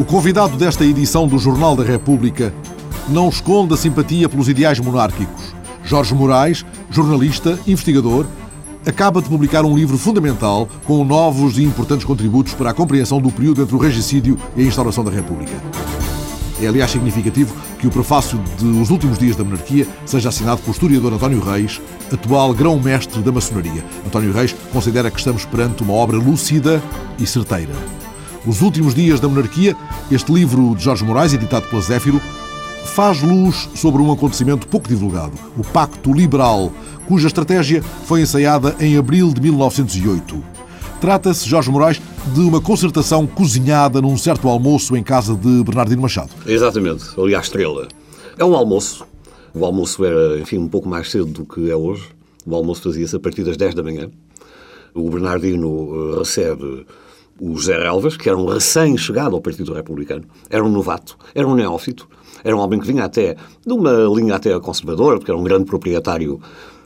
convidado desta edição do Jornal da República não esconde a simpatia pelos ideais monárquicos. Jorge Moraes, jornalista, investigador, acaba de publicar um livro fundamental com novos e importantes contributos para a compreensão do período entre o regicídio e a instauração da República. É, aliás, significativo que o prefácio de Os Últimos Dias da Monarquia seja assinado pelo historiador António Reis, atual grão-mestre da maçonaria. António Reis considera que estamos perante uma obra lúcida e certeira. Os Últimos Dias da Monarquia, este livro de Jorge Moraes, editado pela Zéfiro, faz luz sobre um acontecimento pouco divulgado, o Pacto Liberal, cuja estratégia foi ensaiada em abril de 1908. Trata-se, Jorge Moraes, de uma concertação cozinhada num certo almoço em casa de Bernardino Machado. Exatamente, ali à Estrela. É um almoço. O almoço era, enfim, um pouco mais cedo do que é hoje. O almoço fazia-se a partir das 10 da manhã. O Bernardino recebe o José Relvas, que era um recém-chegado ao Partido Republicano. Era um novato, era um neófito. Era um homem que vinha até de uma linha até conservadora, porque era um grande proprietário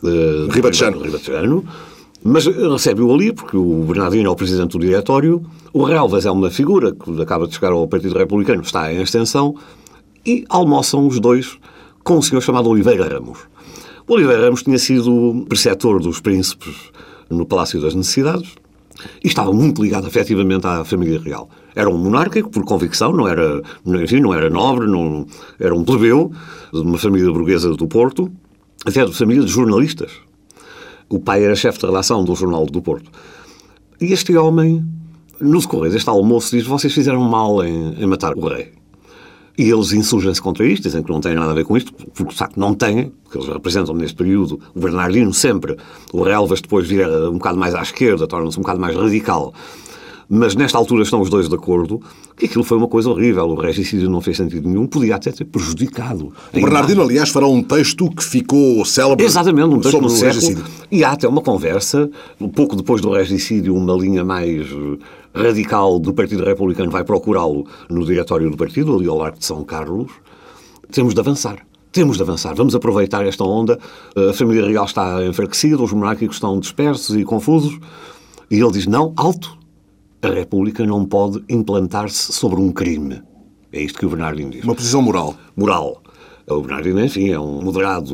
ribatejano. Mas recebe-o ali, porque o Bernardino é o presidente do diretório, o Relvas é uma figura que acaba de chegar ao Partido Republicano, está em extensão, e almoçam os dois com um senhor chamado Oliveira Ramos. O Oliveira Ramos tinha sido preceptor dos príncipes no Palácio das Necessidades e estava muito ligado afetivamente à família real. Era um monárquico, por convicção, não era nobre, não, era um plebeu de uma família burguesa do Porto, até de família de jornalistas. O pai era chefe de redação do Jornal do Porto. E este homem, no decorrer deste almoço, diz: vocês fizeram mal em matar o rei. E eles insurgem-se contra isto, dizem que não têm nada a ver com isto, porque de facto não têm, porque eles representam neste período o Bernardino sempre. O Relvas depois vira um bocado mais à esquerda, torna-se um bocado mais radical. Mas nesta altura estão os dois de acordo que aquilo foi uma coisa horrível. O regicídio não fez sentido nenhum, podia até ter prejudicado. O Bernardino, aliás, fará um texto que ficou célebre. Exatamente, um texto sobre no o regicídio. E há até uma conversa, um pouco depois do regicídio, uma linha mais radical do Partido Republicano vai procurá-lo no diretório do partido, ali ao Largo de São Carlos. Temos de avançar. Vamos aproveitar esta onda. A família real está enfraquecida, os monárquicos estão dispersos e confusos. E ele diz: não, alto. A República não pode implantar-se sobre um crime. É isto que o Bernardino diz. Uma posição moral. Moral. O Bernardino, enfim, é um moderado,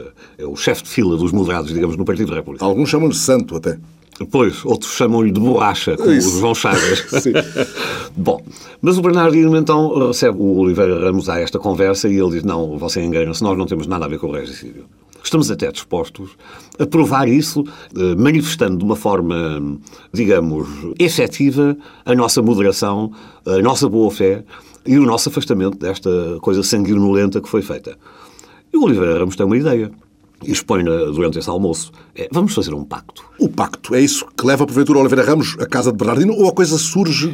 é o chefe de fila dos moderados, digamos, no Partido Republicano. Alguns chamam-lhe santo até. Pois, outros chamam-lhe de borracha, como o João Chagas. Sim. Bom, mas o Bernardino então recebe o Oliveira Ramos a esta conversa e ele diz: não, você engana-se, nós não temos nada a ver com o regicídio. Estamos até dispostos a provar isso, manifestando de uma forma, digamos, efetiva a nossa moderação, a nossa boa-fé e o nosso afastamento desta coisa sanguinolenta que foi feita. E o Oliveira Ramos tem uma ideia. E expõe durante esse almoço: vamos fazer um pacto. O pacto é isso que leva, porventura, o Oliveira Ramos à casa de Bernardino, ou a coisa surge,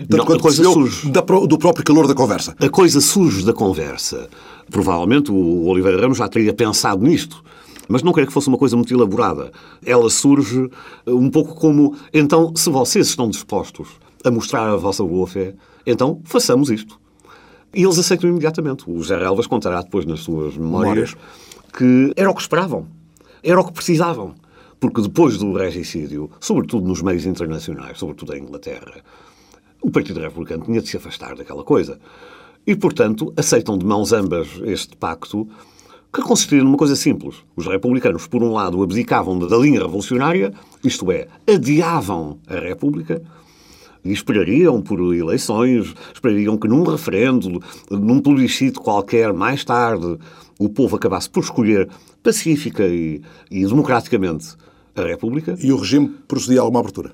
do próprio calor da conversa? A coisa surge da conversa. Provavelmente o Oliveira Ramos já teria pensado nisto, mas não queria que fosse uma coisa muito elaborada. Ela surge um pouco como: então, se vocês estão dispostos a mostrar a vossa boa-fé, então façamos isto. E eles aceitam imediatamente. O José Relvas contará depois nas suas memórias que era o que esperavam, era o que precisavam. Porque depois do regicídio, sobretudo nos meios internacionais, sobretudo em Inglaterra, o Partido Republicano tinha de se afastar daquela coisa. E, portanto, aceitam de mãos ambas este pacto, que consistia numa coisa simples. Os republicanos, por um lado, abdicavam da linha revolucionária, isto é, adiavam a República, e esperariam por eleições, esperariam que num referendo, num plebiscito qualquer, mais tarde, o povo acabasse por escolher pacífica e democraticamente a República. E o regime procedia a uma abertura.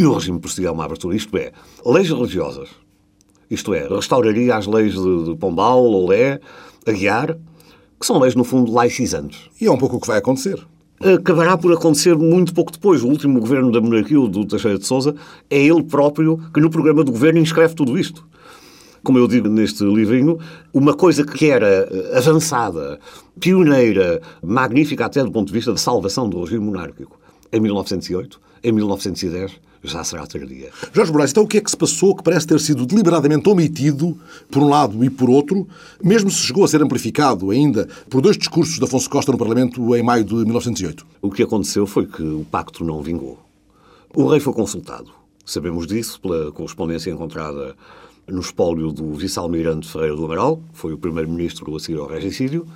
Isto é, leis religiosas. Isto é, restauraria as leis de Pombal, Olé, Aguiar, que são leis, no fundo, laicizantes. E é um pouco o que vai acontecer. Acabará por acontecer muito pouco depois. O último governo da monarquia, o do Teixeira de Sousa, é ele próprio que no programa do governo inscreve tudo isto. Como eu digo neste livrinho, uma coisa que era avançada, pioneira, magnífica até do ponto de vista da salvação do regime monárquico, em 1908, em 1910, já será tardia. Jorge Moraes, então o que é que se passou que parece ter sido deliberadamente omitido, por um lado e por outro, mesmo se chegou a ser amplificado ainda por dois discursos de Afonso Costa no Parlamento em maio de 1908? O que aconteceu foi que o pacto não vingou. O rei foi consultado. Sabemos disso pela correspondência encontrada no espólio do vice-almirante Ferreira do Amaral, que foi o primeiro-ministro a seguir ao regicídio.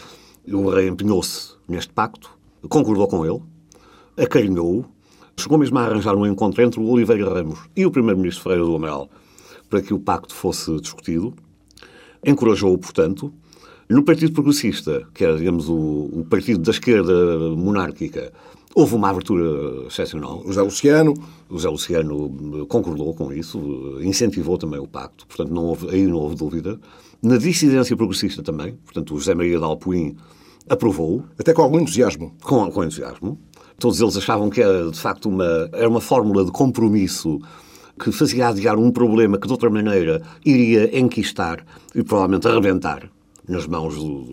O rei empenhou-se neste pacto, concordou com ele, acarinhou-o, chegou mesmo a arranjar um encontro entre o Oliveira Ramos e o primeiro-ministro Ferreira do Amaral para que o pacto fosse discutido. Encorajou-o, portanto. No Partido Progressista, que era, digamos, o partido da esquerda monárquica, houve uma abertura excepcional. O José Luciano concordou com isso, incentivou também o pacto, portanto aí não houve dúvida. Na dissidência progressista também, portanto o José Maria de Alpuim aprovou-o. Até com algum entusiasmo. Com entusiasmo. Todos eles achavam que era, de facto, era uma fórmula de compromisso que fazia adiar um problema que, de outra maneira, iria enquistar e provavelmente arrebentar nas mãos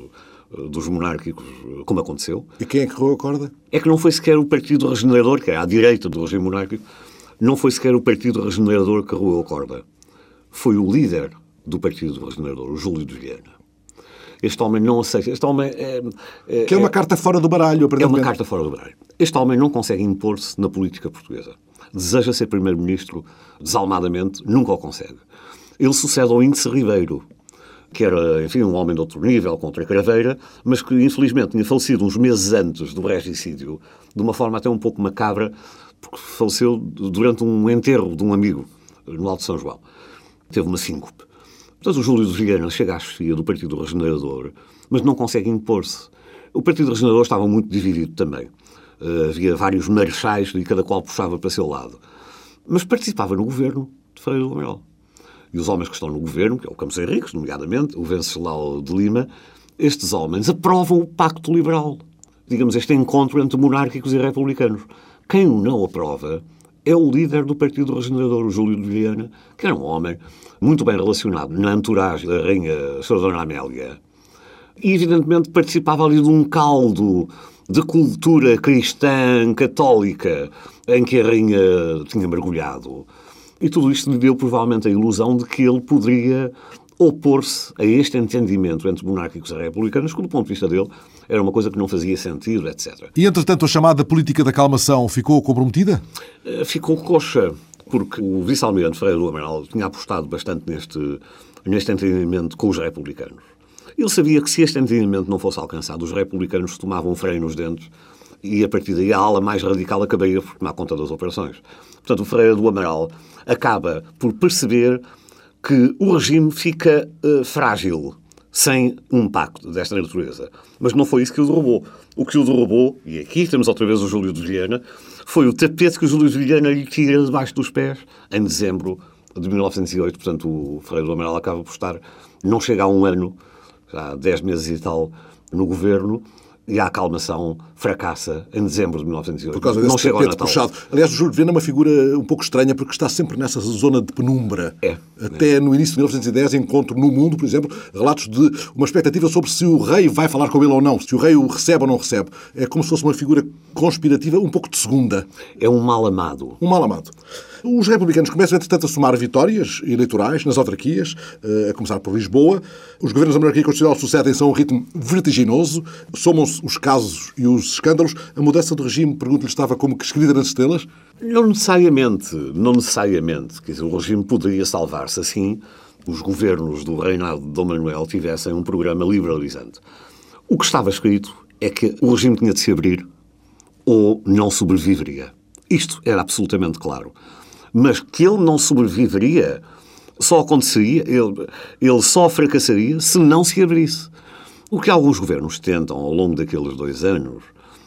dos monárquicos, como aconteceu. E quem é que roeu a corda? É que não foi sequer o Partido Regenerador, que é à direita do regime monárquico, não foi sequer o Partido Regenerador que roeu a corda. Foi o líder do Partido Regenerador, o Júlio de Vilhena. Este homem não aceita. Este homem que é uma carta fora do baralho, aparentemente. É uma carta fora do baralho. Este homem não consegue impor-se na política portuguesa. Deseja ser primeiro-ministro desalmadamente, nunca o consegue. Ele sucede ao Índice Ribeiro, que era, enfim, um homem de outro nível, contra a craveira, mas que, infelizmente, tinha falecido uns meses antes do regicídio, de uma forma até um pouco macabra, porque faleceu durante um enterro de um amigo, no Alto de São João. Teve uma síncope. Portanto, o Júlio de Vilhena chega à chefia do Partido Regenerador, mas não consegue impor-se. O Partido Regenerador estava muito dividido também. Havia vários marechais e cada qual puxava para seu lado. Mas participava no governo de Ferreira do Amaral. E os homens que estão no governo, que é o Campos Henriques, nomeadamente, o Venceslau de Lima, estes homens aprovam o Pacto Liberal. Digamos, este encontro entre monárquicos e republicanos. Quem o não aprova é o líder do Partido Regenerador, o Júlio de Vilhena, que era um homem muito bem relacionado na entourage da rainha Sra. Dona Amélia. E, evidentemente, participava ali de um caldo de cultura cristã, católica, em que a rainha tinha mergulhado. E tudo isto lhe deu, provavelmente, a ilusão de que ele poderia opor-se a este entendimento entre monárquicos e republicanos, que, do ponto de vista dele, era uma coisa que não fazia sentido, etc. E, entretanto, a chamada política da acalmação ficou comprometida? Ficou coxa, porque o vice-almirante Ferreira do Amaral tinha apostado bastante neste entendimento com os republicanos. Ele sabia que se este entendimento não fosse alcançado, os republicanos tomavam freio nos dentes e, a partir daí, a ala mais radical acabaria por tomar conta das operações. Portanto, o Ferreira do Amaral acaba por perceber que o regime fica frágil sem um pacto desta natureza. Mas não foi isso que o derrubou. O que o derrubou, e aqui temos outra vez o Júlio de Vilhena, foi o tapete que o Júlio de Vilhena lhe tira debaixo dos pés em dezembro de 1908. Portanto, o Ferreira do Amaral acaba por estar, não chega a um ano, já há 10 meses e tal, no governo, e a acalmação fracassa em dezembro de 1908. Por causa desse não chega ao tapete Natal. puxado. Aliás, o Júlio de Vilhena é uma figura um pouco estranha porque está sempre nessa zona de penumbra. Até no início de 1910 encontro no Mundo, por exemplo, relatos de uma expectativa sobre se o rei vai falar com ele ou não, se o rei o recebe ou não recebe. É como se fosse uma figura conspirativa um pouco de segunda. É um mal amado. Um mal amado. Os republicanos começam, entretanto, a somar vitórias eleitorais nas autarquias, a começar por Lisboa. Os governos da monarquia constitucional sucedem-se a um ritmo vertiginoso. Somam-se os casos e os escândalos. A mudança do regime, pergunto-lhe, estava como que escrita nas estrelas? Não necessariamente. Quer dizer, o regime poderia salvar-se assim os governos do reinado de Dom Manuel tivessem um programa liberalizante. O que estava escrito é que o regime tinha de se abrir ou não sobreviveria. Isto era absolutamente claro. Mas que ele não sobreviveria só aconteceria, ele só fracassaria se não se abrisse. O que alguns governos tentam ao longo daqueles 2 anos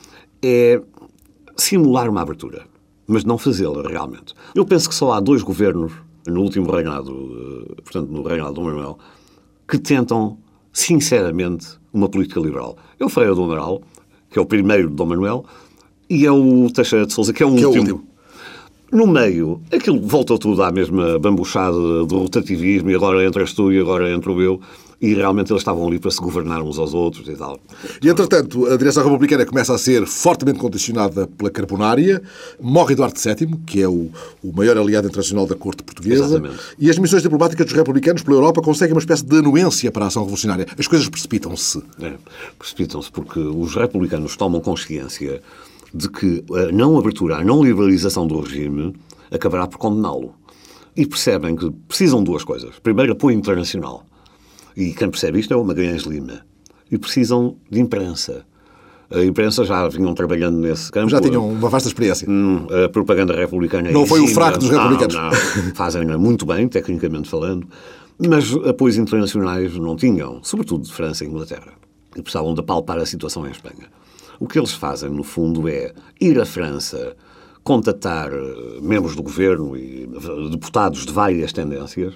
é simular uma abertura, mas não fazê-la realmente. Eu penso que só há 2 governos no último reinado, portanto no reinado de Dom Manuel, que tentam sinceramente uma política liberal. É o Ferreira do Amaral, que é o primeiro de Dom Manuel, e é o Teixeira de Sousa, que é o último. No meio, aquilo voltou tudo à mesma bambuchada do rotativismo, e agora entras tu e agora entro eu, e realmente eles estavam ali para se governar uns aos outros e tal. E, entretanto, a direção republicana começa a ser fortemente condicionada pela Carbonária. Morre Eduardo VII, que é o maior aliado internacional da corte portuguesa. Exatamente. E as missões diplomáticas dos republicanos pela Europa conseguem uma espécie de anuência para a ação revolucionária. As coisas precipitam-se. Precipitam-se porque os republicanos tomam consciência de que a não abertura, a não liberalização do regime acabará por condená-lo. e percebem que precisam de duas coisas. Primeiro, apoio internacional. E quem percebe isto é o Magalhães Lima. E precisam de imprensa. A imprensa já vinham trabalhando nesse campo. Já tinham uma vasta experiência. A propaganda republicana... Não foi o fraco dos republicanos. Não. Fazem muito bem, tecnicamente falando, mas apoios internacionais não tinham, sobretudo de França e Inglaterra. E precisavam de apalpar a situação em Espanha. O que eles fazem, no fundo, é ir à França, contatar membros do governo e deputados de várias tendências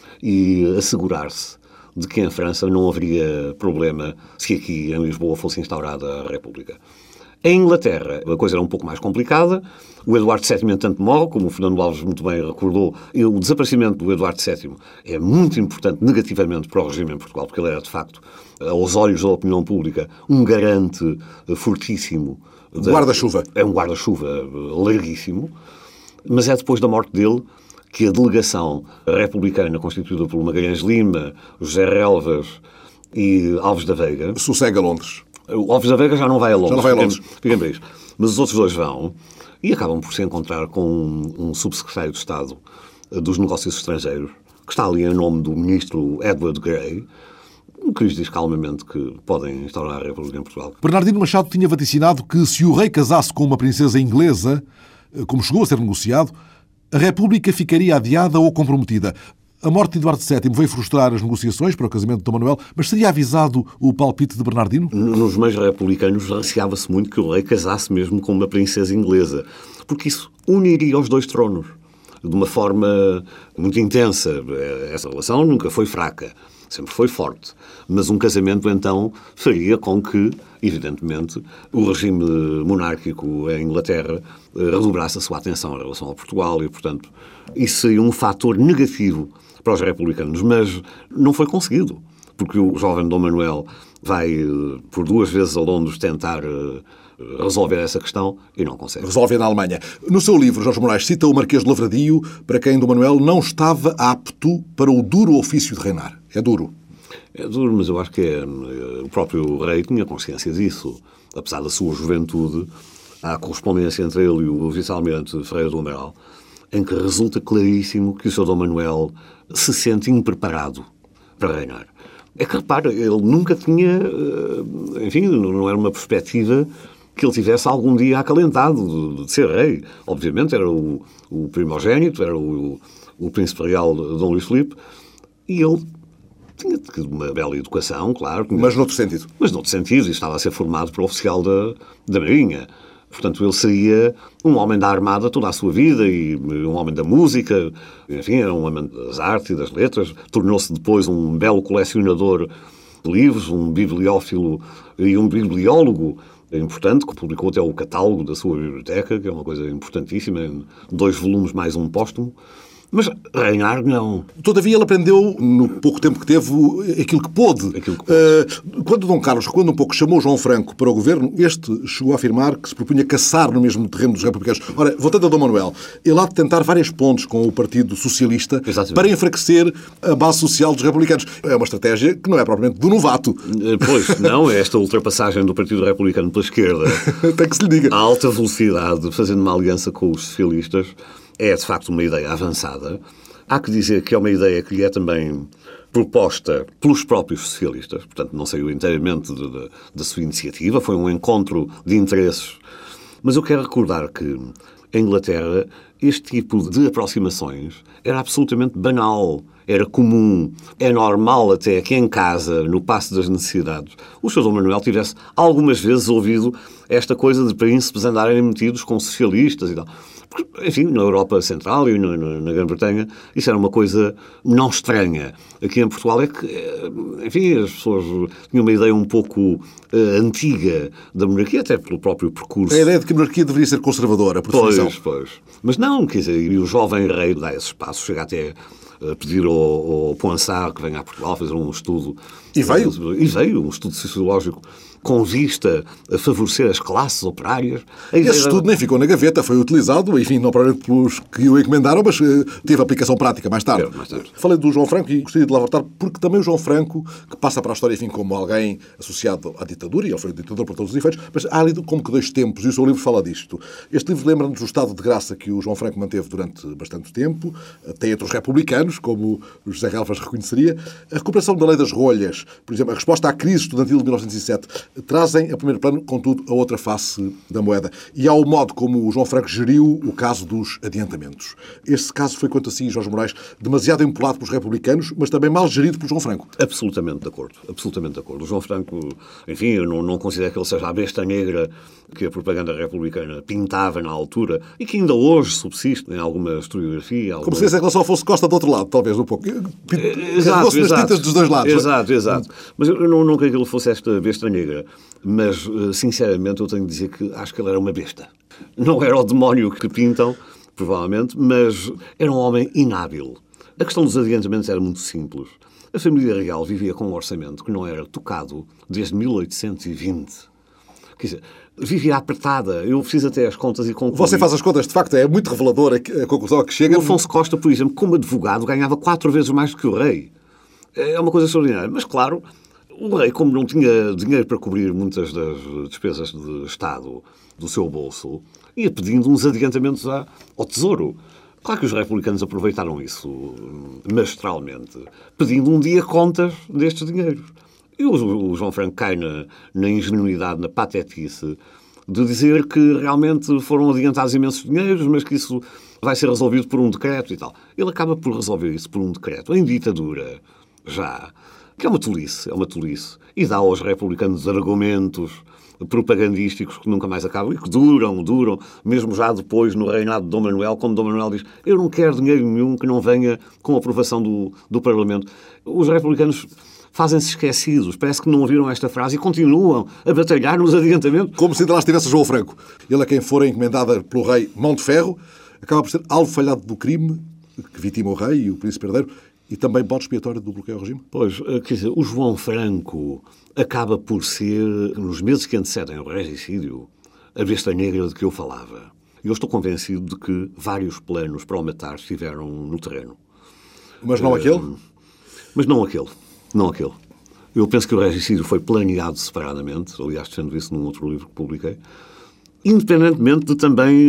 e assegurar-se de que em França não haveria problema se aqui em Lisboa fosse instaurada a República. Em Inglaterra, a coisa era um pouco mais complicada. O Eduardo VII, entanto, morre, como o Fernando Alves muito bem recordou. E o desaparecimento do Eduardo VII é muito importante negativamente para o regime em Portugal, porque ele era, de facto, aos olhos da opinião pública, um garante fortíssimo. Guarda-chuva. É um guarda-chuva larguíssimo. Mas é depois da morte dele que a delegação republicana, constituída pelo Magalhães Lima, José Relvas e Alves da Veiga... Sossega a Londres. O Alves da Veiga já não vai a Londres. Já não vai a Londres. Fiquem para isto. Mas os outros dois vão e acabam por se encontrar com um subsecretário de Estado dos Negócios Estrangeiros, que está ali em nome do ministro Edward Grey, que lhes diz calmamente que podem instaurar a República em Portugal. Bernardino Machado tinha vaticinado que se o rei casasse com uma princesa inglesa, como chegou a ser negociado, a República ficaria adiada ou comprometida. A morte de Eduardo VII veio frustrar as negociações para o casamento de Dom Manuel, mas seria avisado o palpite de Bernardino? Nos meios republicanos receava-se muito que o rei casasse mesmo com uma princesa inglesa, porque isso uniria os dois tronos de uma forma muito intensa. Essa relação nunca foi fraca, sempre foi forte. Mas um casamento, então, faria com que, evidentemente, o regime monárquico em Inglaterra redobrasse a sua atenção em relação a Portugal e, portanto, isso seria um fator negativo para os republicanos. Mas não foi conseguido, porque o jovem Dom Manuel vai, por 2 vezes a Londres, tentar resolver essa questão e não consegue. Resolve na Alemanha. No seu livro, Jorge Moraes cita o Marquês de Lavradio, para quem Dom Manuel não estava apto para o duro ofício de reinar. É duro. É duro, mas eu acho que o próprio rei tinha consciência disso. Apesar da sua juventude, há correspondência entre ele e o vice-almirante Ferreira do Amaral, em que resulta claríssimo que o Sr. Dom Manuel se sente impreparado para reinar. É que, repara, ele nunca tinha... Enfim, não era uma perspectiva que ele tivesse algum dia acalentado de ser rei. Obviamente era o primogénito, era o príncipe real Dom Luís Filipe, e ele tinha uma bela educação, claro. Mas noutro sentido. Mas noutro sentido, e estava a ser formado para oficial da Marinha. Portanto, ele seria um homem da Armada toda a sua vida e um homem da música. Enfim, era um homem das artes e das letras. Tornou-se depois um belo colecionador de livros, um bibliófilo e um bibliólogo importante, que publicou até o catálogo da sua biblioteca, que é uma coisa importantíssima, em 2 volumes mais um póstumo. Mas reinar, não. Todavia, ele aprendeu, no pouco tempo que teve, aquilo que pôde. Quando Dom Carlos, quando um pouco chamou João Franco para o governo, este chegou a afirmar que se propunha caçar no mesmo terreno dos republicanos. Ora, voltando a Dom Manuel, ele há de tentar várias pontes com o Partido Socialista. Exatamente. Para enfraquecer a base social dos republicanos. É uma estratégia que não é propriamente do novato. Pois, não, é esta ultrapassagem do Partido Republicano pela esquerda. Tem que se lhe diga. A alta velocidade, fazendo uma aliança com os socialistas, é, de facto, uma ideia avançada. Há que dizer que é uma ideia que lhe é também proposta pelos próprios socialistas, portanto, não saiu inteiramente da sua iniciativa, foi um encontro de interesses. Mas eu quero recordar que, em Inglaterra, este tipo de aproximações era absolutamente banal, era comum, é normal até que em casa, no passo das necessidades, o Sr. Dom Manuel tivesse algumas vezes ouvido esta coisa de príncipes andarem metidos com socialistas e tal. Porque, enfim, na Europa Central e na Grã-Bretanha, isso era uma coisa não estranha. Aqui em Portugal é que, enfim, as pessoas tinham uma ideia um pouco antiga da monarquia, até pelo próprio percurso. A ideia de que a monarquia deveria ser conservadora, por definição. Pois. Mas não, quer dizer, e o jovem rei dá esse espaço, chega até a pedir ao Poinsart que venha a Portugal fazer um estudo. E veio. Um estudo sociológico com vista a favorecer as classes operárias. Esse estudo nem ficou na gaveta, foi utilizado, enfim, não provavelmente pelos que o encomendaram, mas teve aplicação prática mais tarde. Falei do João Franco e gostaria de lá voltar, porque também o João Franco, que passa para a história, enfim, como alguém associado à ditadura, e ele foi ditador por todos os efeitos, mas há ali como que dois tempos, e o seu livro fala disto. Este livro lembra-nos do estado de graça que o João Franco manteve durante bastante tempo, até entre os republicanos, como o José Relvas reconheceria. A recuperação da lei das rolhas, por exemplo, a resposta à crise estudantil de 1907, trazem a primeiro plano, contudo, a outra face da moeda. E há o modo como o João Franco geriu o caso dos adiantamentos. Este caso foi, quanto assim, Jorge Moraes, demasiado empolado pelos republicanos, mas também mal gerido por João Franco. Absolutamente de acordo. Absolutamente de acordo. O João Franco, enfim, eu não considero que ele seja a besta negra que a propaganda republicana pintava na altura e que ainda hoje subsiste em alguma historiografia. Como se essa relação fosse Costa do outro lado, talvez, um pouco. Exato, nas tintas dos dois lados. Exato. Mas eu não creio que ele fosse esta besta negra. Mas, sinceramente, eu tenho de dizer que acho que ele era uma besta. Não era o demónio que pintam, provavelmente, mas era um homem inábil. A questão dos adiantamentos era muito simples. A família real vivia com um orçamento que não era tocado desde 1820. Quer dizer, vivia apertada. Eu fiz até as contas e concluí. Você faz as contas, de facto, é muito revelador a conclusão a que chega. O Afonso Costa, por exemplo, como advogado, ganhava 4 vezes mais do que o rei. É uma coisa extraordinária. Mas, claro, o rei, como não tinha dinheiro para cobrir muitas das despesas de Estado do seu bolso, ia pedindo uns adiantamentos ao Tesouro. Claro que os republicanos aproveitaram isso magistralmente, pedindo um dia contas destes dinheiros. E o João Franco cai na ingenuidade, na patetice, de dizer que realmente foram adiantados imensos dinheiros, mas que isso vai ser resolvido por um decreto e tal. Ele acaba por resolver isso por um decreto, em ditadura, já, que é uma tolice, e dá aos republicanos argumentos propagandísticos que nunca mais acabam e que duram, mesmo já depois no reinado de Dom Manuel, quando Dom Manuel diz: eu não quero dinheiro nenhum que não venha com a aprovação do Parlamento. Os republicanos fazem-se esquecidos, parece que não ouviram esta frase e continuam a batalhar nos adiantamentos. Como se ainda lá estivesse João Franco. Ele, a quem fora encomendada pelo rei mão de ferro, acaba por ser alvo falhado do crime que vitima o rei e o príncipe herdeiro, e também bode expiatório do bloqueio ao regime? Pois, quer dizer, o João Franco acaba por ser, nos meses que antecedem o regicídio, a besta negra de que eu falava. E eu estou convencido de que vários planos para o matar estiveram no terreno. Mas não aquele? Mas não aquele. Não aquele. Eu penso que o regicídio foi planeado separadamente, aliás, defendo isso num outro livro que publiquei, independentemente de também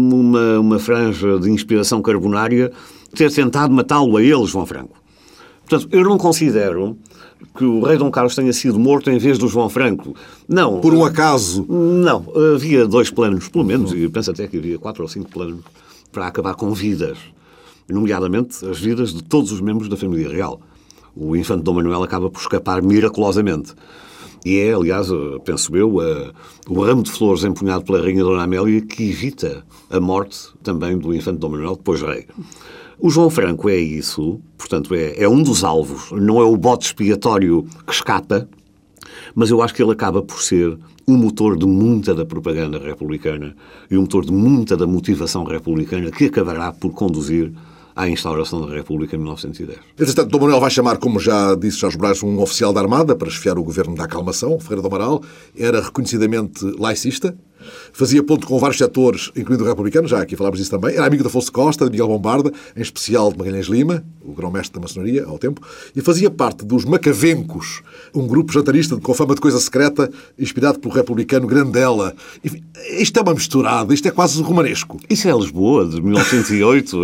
uma franja de inspiração carbonária ter tentado matá-lo a ele, João Franco. Portanto, eu não considero que o rei Dom Carlos tenha sido morto em vez do João Franco. Não. Por um acaso? Não. Havia 2 planos, pelo menos, e eu penso até que havia 4 ou 5 planos para acabar com vidas, nomeadamente as vidas de todos os membros da família real. O infante Dom Manuel acaba por escapar miraculosamente. E é, aliás, penso eu, o ramo de flores empunhado pela rainha Dona Amélia que evita a morte também do infante Dom Manuel, depois rei. O João Franco é isso, portanto, é um dos alvos, não é o bode expiatório que escapa, mas eu acho que ele acaba por ser um motor de muita da propaganda republicana e um motor de muita da motivação republicana que acabará por conduzir à instauração da República em 1910. Entretanto, Dom Manuel vai chamar, como já disse Jorge Moraes, um oficial da Armada para esfiar o governo da acalmação. Ferreira do Amaral era reconhecidamente laicista, fazia ponto com vários setores, incluindo o republicano, já aqui falámos disso também. Era amigo de Afonso Costa, de Miguel Bombarda, em especial de Magalhães Lima, o grão-mestre da maçonaria ao tempo, e fazia parte dos Macavencos, um grupo jantarista com fama de coisa secreta, inspirado pelo republicano Grandela. Enfim, isto é uma misturada, isto é quase romanesco. Isso é Lisboa, de 1908,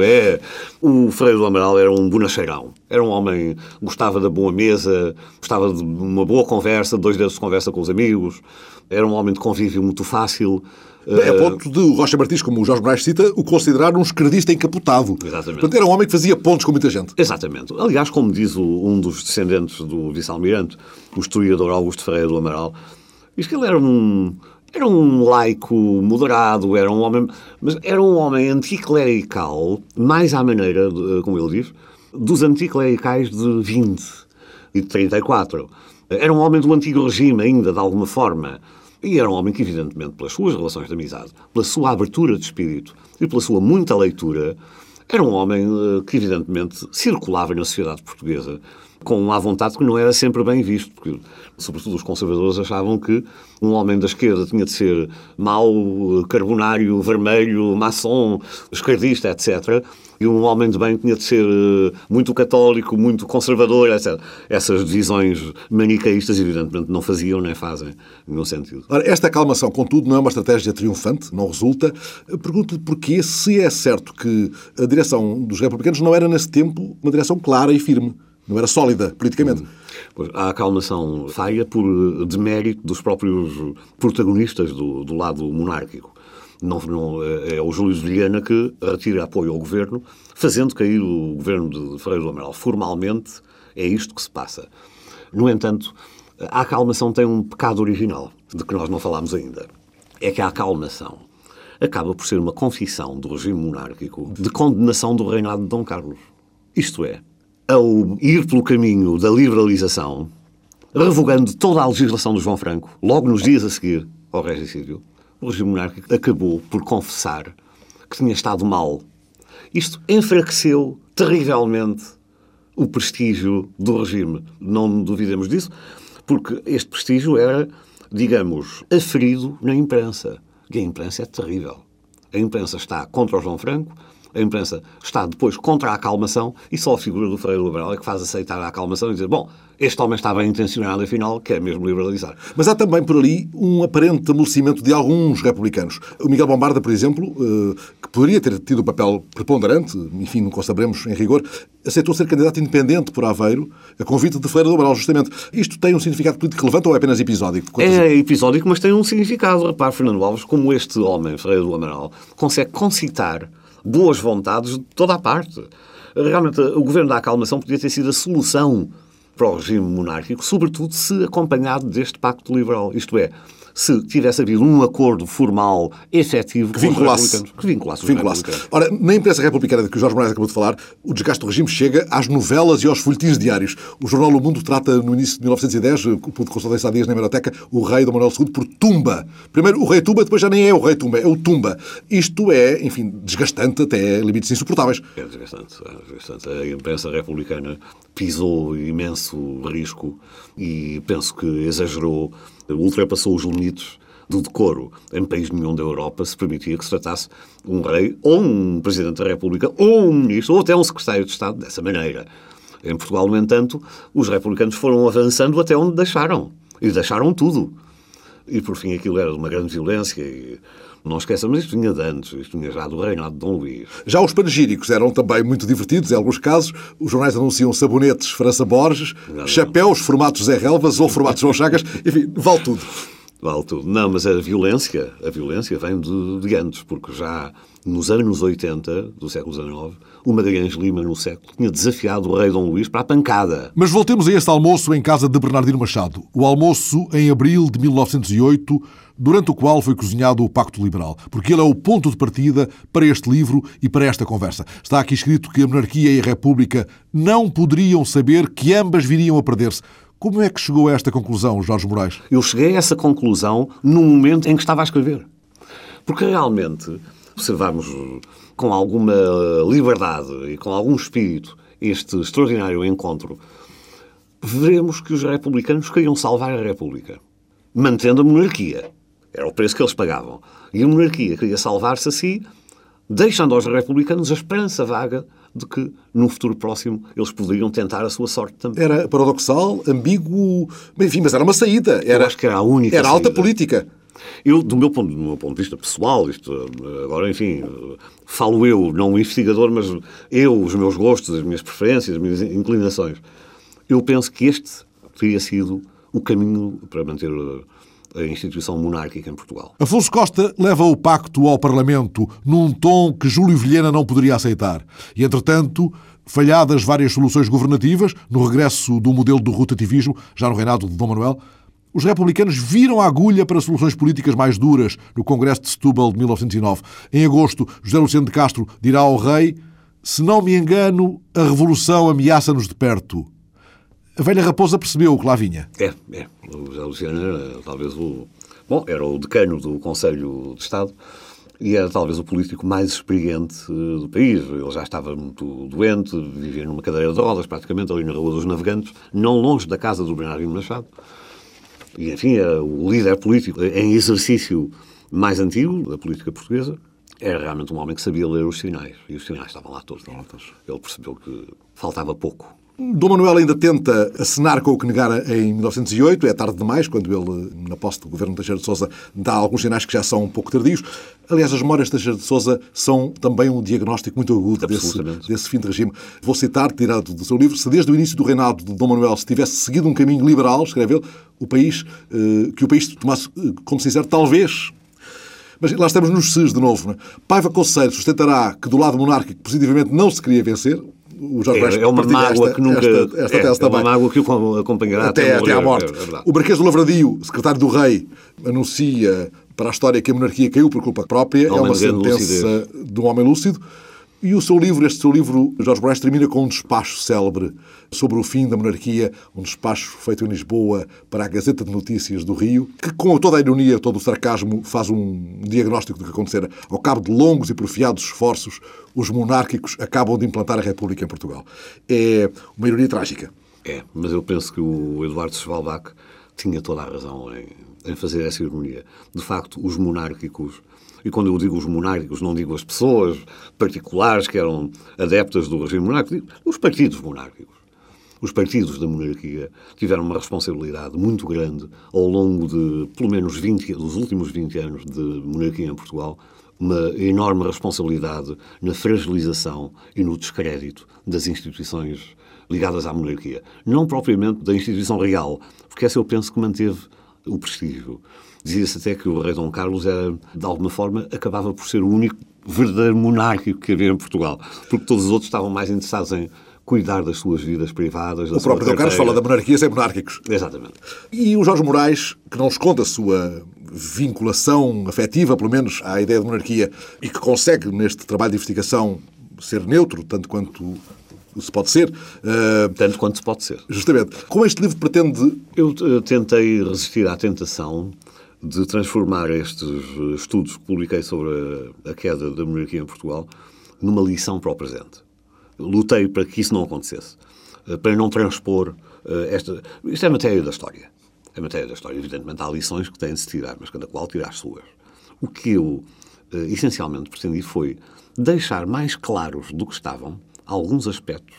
O Ferreira do Amaral era um bonacheirão. Era um homem que gostava da boa mesa, gostava de uma boa conversa, 2 dedos de conversa com os amigos. Era um homem de convívio muito fácil. É ponto de o Rocha Martins, como o Jorge Moraes cita, o considerar um esquerdista encapotado. Exatamente. Portanto, era um homem que fazia pontos com muita gente. Exatamente. Aliás, como diz um dos descendentes do vice-almirante, o historiador Augusto Ferreira do Amaral, diz que ele era um laico moderado, era um homem, mas era um homem anticlerical, mais à maneira, como ele diz, dos anticlericais de 20 e de 34. Era um homem do antigo regime ainda, de alguma forma. E era um homem que, evidentemente, pelas suas relações de amizade, pela sua abertura de espírito e pela sua muita leitura, Era um homem que, evidentemente, circulava na sociedade portuguesa com uma vontade que não era sempre bem visto, porque, sobretudo, os conservadores achavam que um homem da esquerda tinha de ser mau, carbonário, vermelho, maçom, esquerdista, etc., e um homem de bem tinha de ser muito católico, muito conservador, etc. Essas divisões manicaístas, evidentemente, não faziam nem fazem nenhum sentido. Ora, esta acalmação, contudo, não é uma estratégia triunfante, não resulta. Pergunto-lhe porquê, se é certo que a direção dos republicanos não era, nesse tempo, uma direção clara e firme. Não era sólida, politicamente. Pois, a acalmação falha por demérito dos próprios protagonistas do lado monárquico. Não, é o Júlio de Vilhena que retira apoio ao governo, fazendo cair o governo de Ferreira do Amaral. Formalmente, é isto que se passa. No entanto, a acalmação tem um pecado original, de que nós não falámos ainda. É que a acalmação acaba por ser uma confissão do regime monárquico de condenação do reinado de Dom Carlos. Isto é, ao ir pelo caminho da liberalização, revogando toda a legislação do João Franco, logo nos dias a seguir ao regicídio, o regime monárquico acabou por confessar que tinha estado mal. Isto enfraqueceu terrivelmente o prestígio do regime. Não duvidemos disso, porque este prestígio era, digamos, aferido na imprensa. E a imprensa é terrível. A imprensa está contra o João Franco, a imprensa está depois contra a acalmação e só a figura do Ferreira do Amaral é que faz aceitar a acalmação e dizer, bom, este homem está bem intencionado, afinal, quer mesmo liberalizar. Mas há também por ali um aparente amolecimento de alguns republicanos. O Miguel Bombarda, por exemplo, que poderia ter tido um papel preponderante, enfim, nunca o saberemos em rigor, aceitou ser candidato independente por Aveiro, a convite de Ferreira do Amaral, justamente. Isto tem um significado político relevante ou é apenas episódico? É episódico, mas tem um significado. Repare, Fernando Alves, como este homem, Ferreira do Amaral, consegue concitar boas vontades de toda a parte. Realmente, o governo da acalmação podia ter sido a solução para o regime monárquico, sobretudo se acompanhado deste pacto liberal. Isto é, se tivesse havido um acordo formal, efetivo, que vinculasse os republicanos. Ora, na imprensa republicana de que o Jorge Moraes acabou de falar, o desgaste do regime chega às novelas e aos folhetins diários. O jornal O Mundo trata, no início de 1910, pude consultar isso há dias na hemeroteca, o rei Dom Manuel II por Tumba. Primeiro o rei Tumba, depois já nem é o rei Tumba, é o Tumba. Isto é, enfim, desgastante até limites insuportáveis. É desgastante. A imprensa republicana pisou imenso risco e penso que exagerou, ultrapassou os limites do decoro. Em país nenhum da Europa se permitia que se tratasse um rei, ou um presidente da República, ou um ministro, ou até um secretário de Estado dessa maneira. Em Portugal, no entanto, os republicanos foram avançando até onde deixaram. E deixaram tudo. E, por fim, aquilo era de uma grande violência e não esqueçamos, isto vinha de antes, isto vinha já do reinado de Dom Luís. Já os panegíricos eram também muito divertidos, em alguns casos. Os jornais anunciam sabonetes França Borges, chapéus formatos Zé Relvas ou formatos João Chagas, enfim, vale tudo. Vale tudo. Não, mas a violência vem de antes, porque já nos anos 80 do século XIX, o Magalhães Lima, no século, tinha desafiado o rei Dom Luís para a pancada. Mas voltemos a esse almoço em casa de Bernardino Machado. O almoço em abril de 1908, durante o qual foi cozinhado o Pacto Liberal, porque ele é o ponto de partida para este livro e para esta conversa. Está aqui escrito que a monarquia e a república não poderiam saber que ambas viriam a perder-se. Como é que chegou a esta conclusão, Jorge Moraes? Eu cheguei a essa conclusão no momento em que estava a escrever. Porque realmente observamos com alguma liberdade e com algum espírito este extraordinário encontro, veremos que os republicanos queriam salvar a República, mantendo a monarquia. Era o preço que eles pagavam. E a monarquia queria salvar-se a si, deixando aos republicanos a esperança vaga de que, no futuro próximo, eles poderiam tentar a sua sorte também. Era paradoxal, ambíguo, enfim, mas era uma saída. Eu acho que era a única Era saída. Alta política. Eu, do meu ponto de vista pessoal, isto, agora, enfim, falo eu, não o investigador, mas eu, os meus gostos, as minhas preferências, as minhas inclinações, eu penso que este teria sido o caminho para manter a instituição monárquica em Portugal. Afonso Costa leva o pacto ao Parlamento num tom que Júlio Vilhena não poderia aceitar. E, entretanto, falhadas várias soluções governativas, no regresso do modelo do rotativismo, já no reinado de Dom Manuel, os republicanos viram a agulha para soluções políticas mais duras no Congresso de Setúbal de 1909. Em agosto, José Luciano de Castro dirá ao rei: "Se não me engano, a revolução ameaça-nos de perto." A velha raposa percebeu o que lá vinha. O José Luciano era talvez era o decano do Conselho de Estado e era talvez o político mais experiente do país. Ele já estava muito doente, vivia numa cadeira de rodas, praticamente, ali na Rua dos Navegantes, não longe da casa do Bernardino Machado. E, enfim, era o líder político em exercício mais antigo da política portuguesa. Era realmente um homem que sabia ler os sinais. E os sinais estavam lá todos. Ele percebeu que faltava pouco. Dom Manuel ainda tenta acenar com o que negara em 1908, é tarde demais, quando ele, na posse do governo de Teixeira de Sousa, dá alguns sinais que já são um pouco tardios. Aliás, as memórias de Teixeira de Sousa são também um diagnóstico muito agudo desse fim de regime. Vou citar, tirado do seu livro: se desde o início do reinado de Dom Manuel se tivesse seguido um caminho liberal, escreve ele, que o país tomasse como sincero, talvez... Mas lá estamos nos ses de novo. Não é? Paiva Conceiro sustentará que do lado monárquico positivamente não se queria vencer. O Jorge é uma mágoa que nunca... é uma mágoa que o acompanhará até à morte. O Marquês do Lavradio, secretário do rei, anuncia para a história que a monarquia caiu por culpa própria. É uma sentença de um homem lúcido. E este seu livro, Jorge Moraes, termina com um despacho célebre sobre o fim da monarquia, um despacho feito em Lisboa para a Gazeta de Notícias do Rio, que com toda a ironia, todo o sarcasmo, faz um diagnóstico do que acontecera. Ao cabo de longos e porfiados esforços, os monárquicos acabam de implantar a República em Portugal. É uma ironia trágica. É, mas eu penso que o Eduardo Schwalbach tinha toda a razão em fazer essa ironia. De facto, os monárquicos... E quando eu digo os monárquicos, não digo as pessoas particulares que eram adeptas do regime monárquico, digo os partidos monárquicos. Os partidos da monarquia tiveram uma responsabilidade muito grande ao longo de, pelo menos, dos últimos 20 anos de monarquia em Portugal, uma enorme responsabilidade na fragilização e no descrédito das instituições ligadas à monarquia. Não propriamente da instituição real, porque essa eu penso que manteve o prestígio. Dizia-se até que o rei Dom Carlos era, de alguma forma, acabava por ser o único verdadeiro monárquico que havia em Portugal, porque todos os outros estavam mais interessados em cuidar das suas vidas privadas. O próprio Dom Carlos fala da monarquia sem monárquicos. Exatamente. E o Jorge Moraes, que não esconde a sua vinculação afetiva, pelo menos, à ideia de monarquia, e que consegue, neste trabalho de investigação, ser neutro, tanto quanto se pode ser. Tanto quanto se pode ser. Justamente. Como este livro pretende... Eu tentei resistir à tentação de transformar estes estudos que publiquei sobre a queda da monarquia em Portugal numa lição para o presente. Lutei para que isso não acontecesse, para não transpor Isto é matéria da história. É matéria da história. Evidentemente, há lições que têm de se tirar, mas cada qual tira as suas. O que eu, essencialmente, pretendi foi deixar mais claros do que estavam alguns aspectos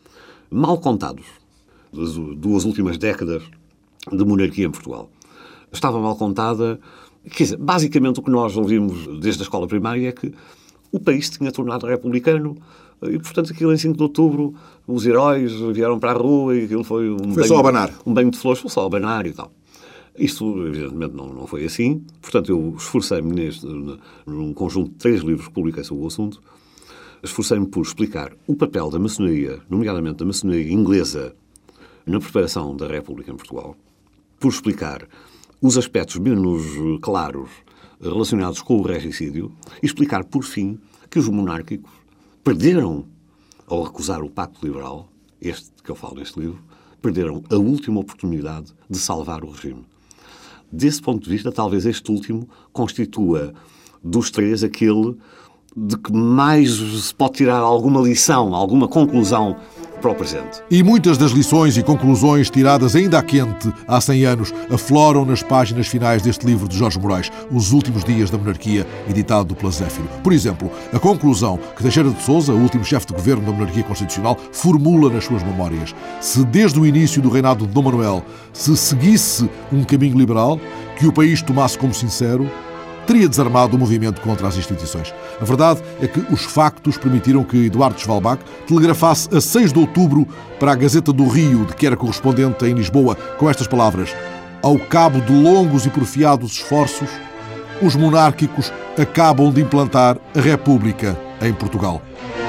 mal contados das duas últimas décadas de monarquia em Portugal. Estava mal contada... Quer dizer, basicamente o que nós ouvimos desde a escola primária é que o país se tinha tornado republicano e, portanto, aquilo em 5 de outubro, os heróis vieram para a rua e aquilo foi um banho de flores, foi só abanar e tal. Isto, evidentemente, não foi assim. Portanto, eu esforcei-me num conjunto de 3 livros que publiquei sobre o assunto, esforcei-me por explicar o papel da maçonaria, nomeadamente da maçonaria inglesa, na preparação da República em Portugal, por explicar os aspectos menos claros relacionados com o regicídio e explicar, por fim, que os monárquicos perderam, ao recusar o Pacto Liberal, este que eu falo neste livro, perderam a última oportunidade de salvar o regime. Desse ponto de vista, talvez este último constitua, dos 3, aquele de que mais se pode tirar alguma lição, alguma conclusão para o presente. E muitas das lições e conclusões tiradas ainda a quente há 100 anos afloram nas páginas finais deste livro de Jorge Moraes, Os Últimos Dias da Monarquia, editado pela Zéfiro. Por exemplo, a conclusão que Teixeira de Sousa, o último chefe de governo da monarquia constitucional, formula nas suas memórias. Se desde o início do reinado de Dom Manuel se seguisse um caminho liberal, que o país tomasse como sincero, teria desarmado o movimento contra as instituições. A verdade é que os factos permitiram que Eduardo Schwalbach telegrafasse a 6 de outubro para a Gazeta do Rio, de que era correspondente em Lisboa, com estas palavras: ao cabo de longos e porfiados esforços, os monárquicos acabam de implantar a República em Portugal.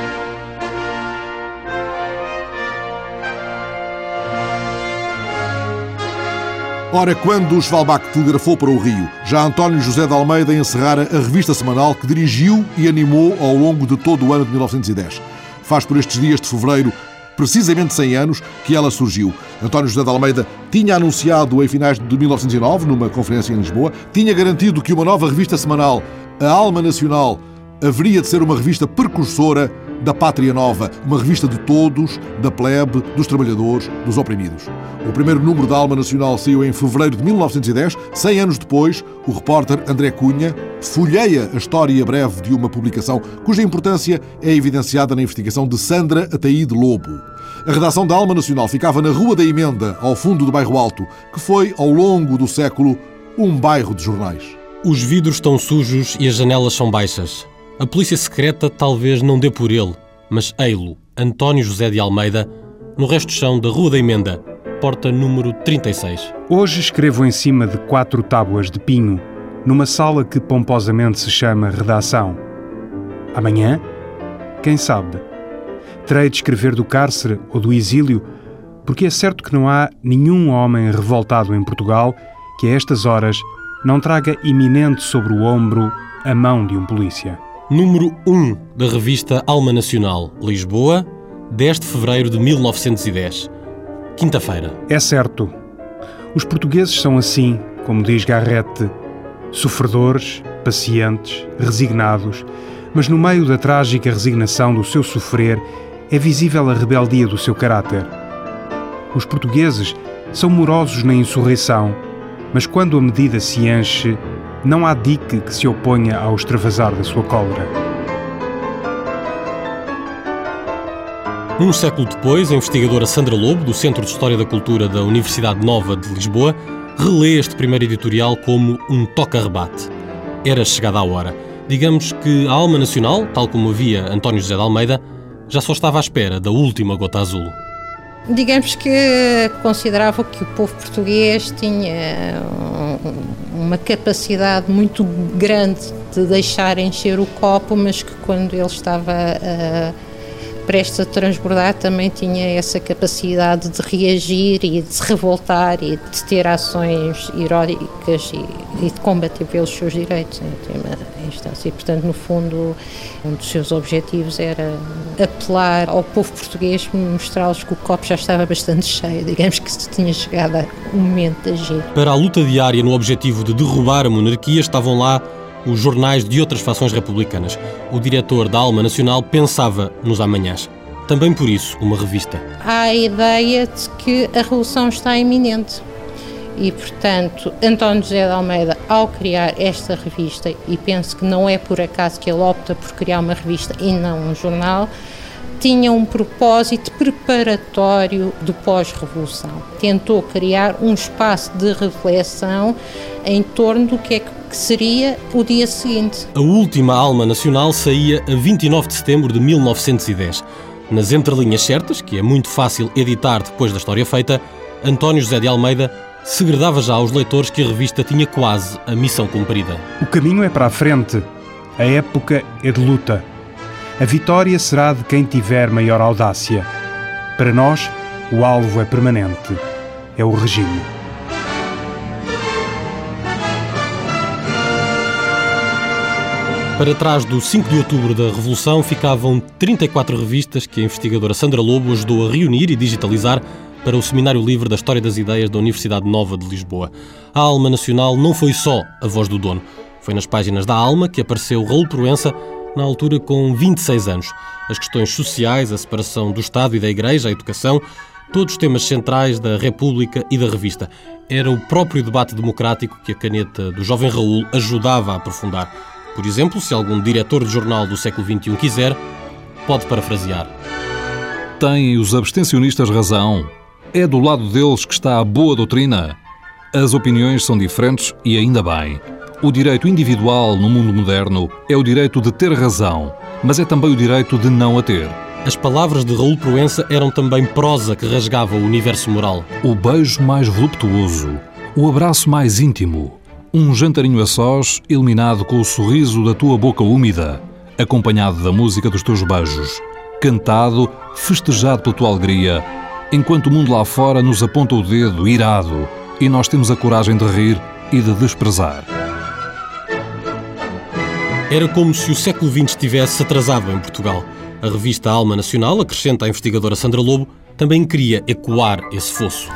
Ora, quando o Schwalbach telegrafou para o Rio, já António José de Almeida encerrara a revista semanal que dirigiu e animou ao longo de todo o ano de 1910. Faz por estes dias de fevereiro precisamente 100 anos que ela surgiu. António José de Almeida tinha anunciado em finais de 1909, numa conferência em Lisboa, tinha garantido que uma nova revista semanal a Alma Nacional haveria de ser uma revista precursora da Pátria Nova, uma revista de todos, da plebe, dos trabalhadores, dos oprimidos. O primeiro número da Alma Nacional saiu em fevereiro de 1910. 100 anos depois, o repórter André Cunha folheia a história breve de uma publicação cuja importância é evidenciada na investigação de Sandra Ataíde Lobo. A redação da Alma Nacional ficava na Rua da Emenda, ao fundo do Bairro Alto, que foi, ao longo do século, um bairro de jornais. Os vidros estão sujos e as janelas são baixas. A polícia secreta talvez não dê por ele, mas ei-lo, António José de Almeida, no resto do chão da Rua da Emenda, porta número 36. Hoje escrevo em cima de 4 tábuas de pinho, numa sala que pomposamente se chama Redação. Amanhã, quem sabe, terei de escrever do cárcere ou do exílio, porque é certo que não há nenhum homem revoltado em Portugal que a estas horas não traga iminente sobre o ombro a mão de um polícia. Número 1 da revista Alma Nacional, Lisboa, 10 de fevereiro de 1910. Quinta-feira. É certo. Os portugueses são assim, como diz Garrett, sofredores, pacientes, resignados, mas no meio da trágica resignação do seu sofrer é visível a rebeldia do seu caráter. Os portugueses são morosos na insurreição, mas quando a medida se enche, não há dique que se oponha ao extravasar da sua cólera. Um século depois, a investigadora Sandra Lobo, do Centro de História da Cultura da Universidade Nova de Lisboa, relê este primeiro editorial como um toca-rebate. Era chegada a hora. Digamos que a Alma Nacional, tal como havia António José de Almeida, já só estava à espera da última gota azul. Digamos que considerava que o povo português tinha uma capacidade muito grande de deixar encher o copo, mas que quando ele estava prestes a transbordar também tinha essa capacidade de reagir e de se revoltar e de ter ações heróicas e de combater pelos seus direitos em última instância. E, portanto, no fundo, um dos seus objetivos era apelar ao povo português, mostrá-los que o copo já estava bastante cheio, digamos que se tinha chegado o momento de agir. Para a luta diária no objetivo de derrubar a monarquia estavam lá os jornais de outras fações republicanas. O diretor da Alma Nacional pensava nos amanhãs. Também por isso, uma revista. Há a ideia de que a revolução está iminente. E, portanto, António José de Almeida, ao criar esta revista, e penso que não é por acaso que ele opta por criar uma revista e não um jornal, tinha um propósito preparatório do pós-revolução. Tentou criar um espaço de reflexão em torno do que é que seria o dia seguinte. A última Alma Nacional saía a 29 de setembro de 1910. Nas entrelinhas certas, que é muito fácil editar depois da história feita, António José de Almeida segredava já aos leitores que a revista tinha quase a missão cumprida. O caminho é para a frente. A época é de luta. A vitória será de quem tiver maior audácia. Para nós, o alvo é permanente. É o regime. Para trás do 5 de outubro da Revolução ficavam 34 revistas que a investigadora Sandra Lobo ajudou a reunir e digitalizar para o Seminário Livre da História das Ideias da Universidade Nova de Lisboa. A Alma Nacional não foi só a voz do dono. Foi nas páginas da Alma que apareceu Raul Proença, na altura com 26 anos. As questões sociais, a separação do Estado e da Igreja, a educação, todos os temas centrais da República e da revista. Era o próprio debate democrático que a caneta do jovem Raul ajudava a aprofundar. Por exemplo, se algum diretor de jornal do século XXI quiser, pode parafrasear. Têm os abstencionistas razão. É do lado deles que está a boa doutrina. As opiniões são diferentes e ainda bem. O direito individual no mundo moderno é o direito de ter razão, mas é também o direito de não a ter. As palavras de Raul Proença eram também prosa que rasgava o universo moral. O beijo mais voluptuoso, o abraço mais íntimo, um jantarinho a sós iluminado com o sorriso da tua boca úmida, acompanhado da música dos teus beijos, cantado, festejado pela tua alegria, enquanto o mundo lá fora nos aponta o dedo irado e nós temos a coragem de rir e de desprezar. Era como se o século XX estivesse atrasado em Portugal. A revista Alma Nacional, acrescenta a investigadora Sandra Lobo, também queria ecoar esse fosso.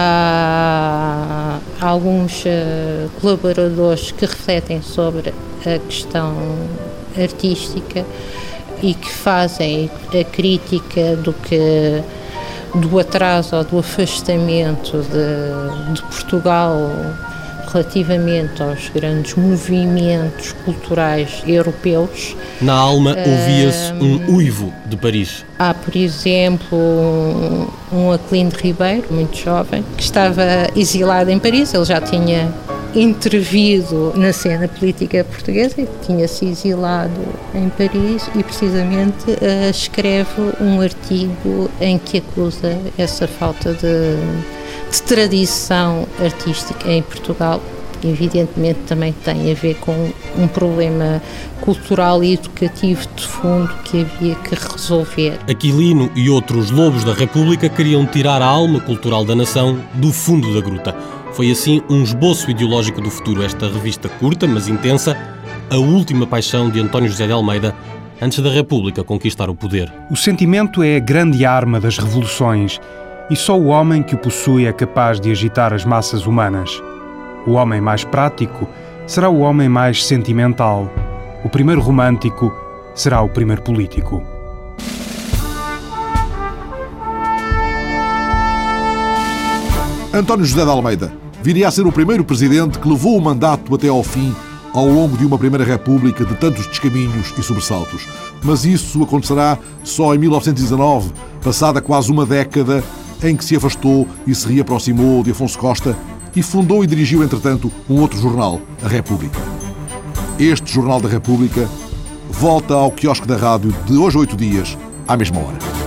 Há alguns colaboradores que refletem sobre a questão artística e que fazem a crítica do atraso ou do afastamento de Portugal relativamente aos grandes movimentos culturais europeus. Na Alma ouvia-se um uivo de Paris. Há, por exemplo, um Aquilino Ribeiro, muito jovem, que estava exilado em Paris. Ele já tinha intervido na cena política portuguesa e tinha-se exilado em Paris e precisamente escreve um artigo em que acusa essa falta de tradição artística em Portugal. Evidentemente também tem a ver com um problema cultural e educativo de fundo que havia que resolver. Aquilino e outros lobos da República queriam tirar a alma cultural da nação do fundo da gruta. Foi assim um esboço ideológico do futuro, esta revista curta, mas intensa, a última paixão de António José de Almeida antes da República conquistar o poder. O sentimento é a grande arma das revoluções e só o homem que o possui é capaz de agitar as massas humanas. O homem mais prático será o homem mais sentimental. O primeiro romântico será o primeiro político. António José de Almeida viria a ser o primeiro presidente que levou o mandato até ao fim ao longo de uma Primeira República de tantos descaminhos e sobressaltos. Mas isso acontecerá só em 1919, passada quase uma década em que se afastou e se reaproximou de Afonso Costa e fundou e dirigiu, entretanto, um outro jornal, a República. Este Jornal da República volta ao quiosque da rádio de hoje a 8 dias, à mesma hora.